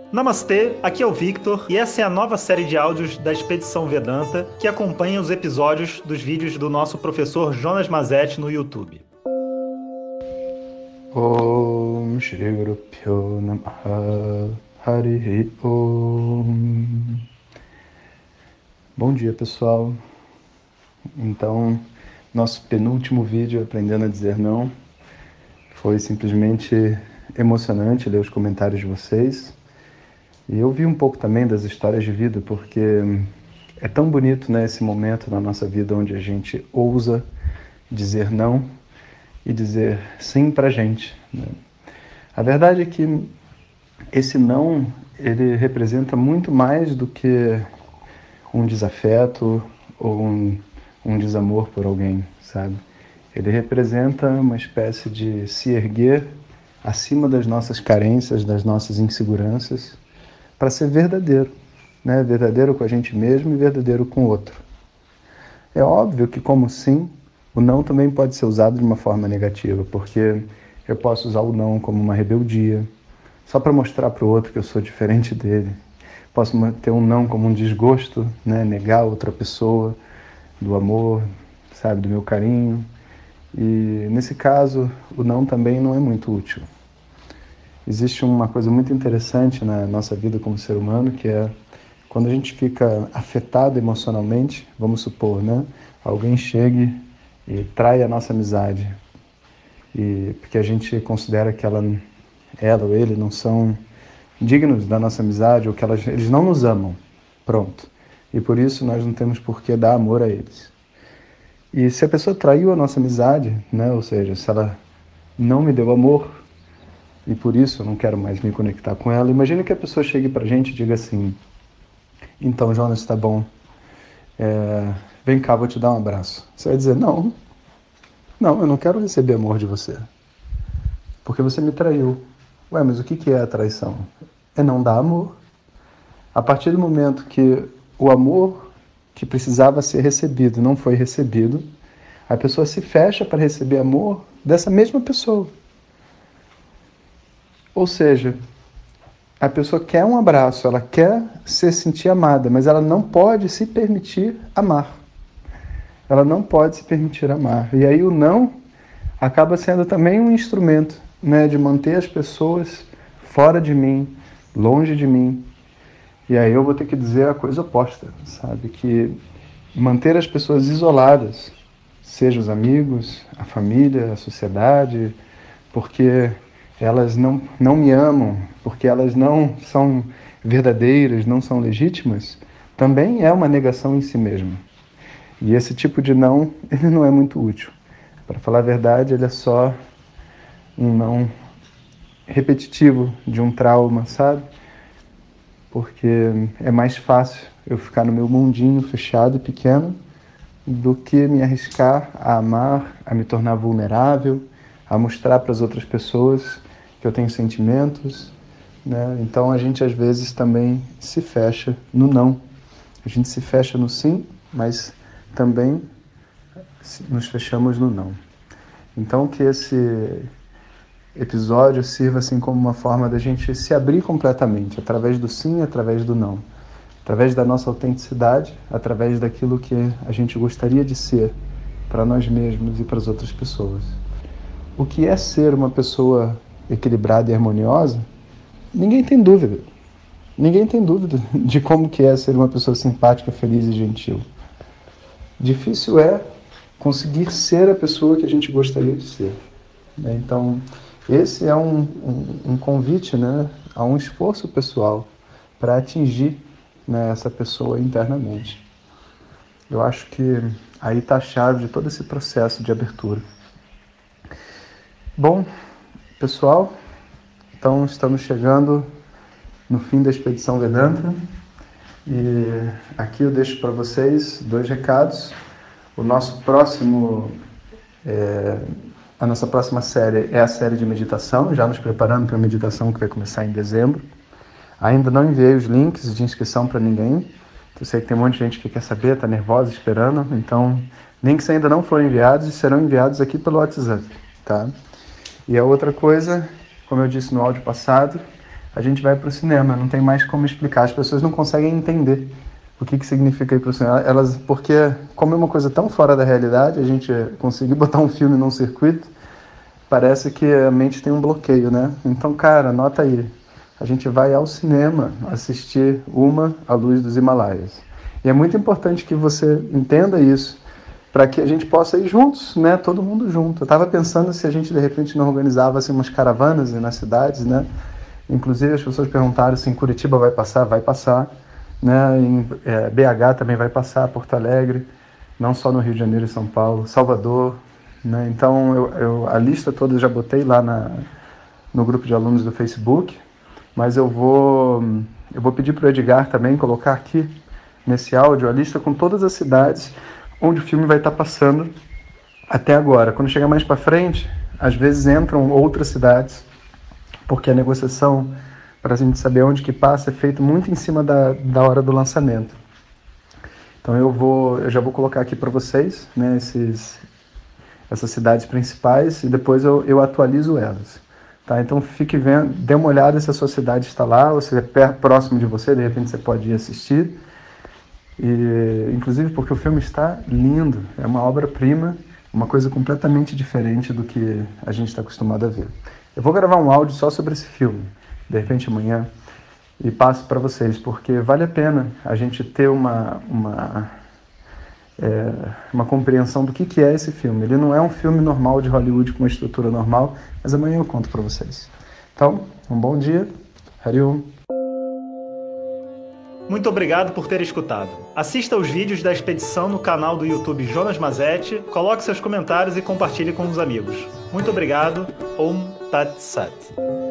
Namastê, aqui é o Victor e essa é a nova série de áudios da Expedição Vedanta que acompanha os episódios dos vídeos do nosso professor Jonas Mazetti no YouTube. Om Shri Guru Pyo Namaha Harihi Om. Bom dia, pessoal. Então, nosso penúltimo vídeo, Aprendendo a Dizer Não, foi simplesmente emocionante ler os comentários de vocês. E eu vi um pouco também das histórias de vida, porque é tão bonito, né, esse momento na nossa vida onde a gente ousa dizer não e dizer sim pra gente, né? A verdade é que esse não, ele representa muito mais do que um desafeto ou um desamor por alguém, sabe? Ele representa uma espécie de se erguer acima das nossas carências, das nossas inseguranças, para ser verdadeiro, né? Verdadeiro com a gente mesmo e verdadeiro com o outro. É óbvio que, como sim, o não também pode ser usado de uma forma negativa, porque eu posso usar o não como uma rebeldia, só para mostrar para o outro que eu sou diferente dele. Posso ter um não como um desgosto, né? Negar outra pessoa do amor, sabe, do meu carinho. E nesse caso, o não também não é muito útil. Existe uma coisa muito interessante na nossa vida como ser humano, que é quando a gente fica afetado emocionalmente, vamos supor, né? Alguém chegue e trai a nossa amizade, e porque a gente considera que ela ou ele não são dignos da nossa amizade, ou que eles não nos amam, pronto. E por isso nós não temos por que dar amor a eles. E se a pessoa traiu a nossa amizade, né? Ou seja, se ela não me deu amor, e por isso eu não quero mais me conectar com ela, imagine que a pessoa chegue pra gente e diga assim: então, Jonas, tá bom, vem cá, vou te dar um abraço. Você vai dizer: não, eu não quero receber amor de você, porque você me traiu. Ué, mas o que é a traição? É não dar amor. A partir do momento que o amor que precisava ser recebido não foi recebido, a pessoa se fecha para receber amor dessa mesma pessoa. Ou seja, a pessoa quer um abraço, ela quer se sentir amada, mas ela não pode se permitir amar. Ela não pode se permitir amar. E aí o não acaba sendo também um instrumento, né, de manter as pessoas fora de mim, longe de mim. E aí eu vou ter que dizer a coisa oposta, sabe? Que manter as pessoas isoladas, seja os amigos, a família, a sociedade, porque elas não me amam, porque elas não são verdadeiras, não são legítimas, também é uma negação em si mesma. E esse tipo de não, ele não é muito útil. Para falar a verdade, ele é só um não repetitivo de um trauma, sabe? Porque é mais fácil eu ficar no meu mundinho fechado e pequeno do que me arriscar a amar, a me tornar vulnerável, a mostrar para as outras pessoas que eu tenho sentimentos, né? Então a gente às vezes também se fecha no não. A gente se fecha no sim, mas também nos fechamos no não. Então que esse episódio sirva assim como uma forma da gente se abrir completamente, através do sim e através do não. Através da nossa autenticidade, através daquilo que a gente gostaria de ser para nós mesmos e para as outras pessoas. O que é ser uma pessoa equilibrada e harmoniosa, ninguém tem dúvida. Ninguém tem dúvida de como que é ser uma pessoa simpática, feliz e gentil. Difícil é conseguir ser a pessoa que a gente gostaria de ser. Então, esse é um convite, né, a um esforço pessoal para atingir, né, essa pessoa internamente. Eu acho que aí está a chave de todo esse processo de abertura. Bom, pessoal, então estamos chegando no fim da Expedição Vedanta e aqui eu deixo para vocês 2 recados. A nossa próxima série é a série de meditação, já nos preparando para a meditação que vai começar em dezembro. Ainda não enviei os links de inscrição para ninguém. Eu sei que tem um monte de gente que quer saber, está nervosa, esperando. Então, links ainda não foram enviados e serão enviados aqui pelo WhatsApp, tá? E a outra coisa, como eu disse no áudio passado, a gente vai para o cinema. Não tem mais como explicar. As pessoas não conseguem entender o que significa ir para o cinema. Porque, como é uma coisa tão fora da realidade, a gente conseguir botar um filme num circuito, parece que a mente tem um bloqueio, né? Então, cara, anota aí. A gente vai ao cinema assistir A Luz dos Himalaias. E é muito importante que você entenda isso, para que a gente possa ir juntos, né? Todo mundo junto. Eu estava pensando se a gente, de repente, não organizava assim, umas caravanas nas cidades, né? Inclusive, as pessoas perguntaram se em Curitiba vai passar, né? Em BH também vai passar, Porto Alegre, não só no Rio de Janeiro e São Paulo, Salvador, né? Então, a lista toda eu já botei lá no grupo de alunos do Facebook, mas eu vou pedir para o Edgar também colocar aqui nesse áudio a lista com todas as cidades onde o filme vai estar passando até agora. Quando chegar mais para frente, às vezes entram outras cidades, porque a negociação para a gente saber onde que passa é feita muito em cima da hora do lançamento. Então eu já vou colocar aqui para vocês, né, essas cidades principais, e depois eu atualizo elas. Tá? Então fique vendo, dê uma olhada se a sua cidade está lá, ou se é próximo de você, de repente você pode ir assistir. E, inclusive porque o filme está lindo, é uma obra-prima, uma coisa completamente diferente do que a gente está acostumado a ver. Eu vou gravar um áudio só sobre esse filme, de repente amanhã, e passo para vocês, porque vale a pena a gente ter uma compreensão do que é esse filme. Ele não é um filme normal de Hollywood com uma estrutura normal, mas amanhã eu conto para vocês. Então, um bom dia. Hariom. Muito obrigado por ter escutado. Assista aos vídeos da expedição no canal do YouTube Jonas Mazetti, coloque seus comentários e compartilhe com os amigos. Muito obrigado. Om Tat Sat.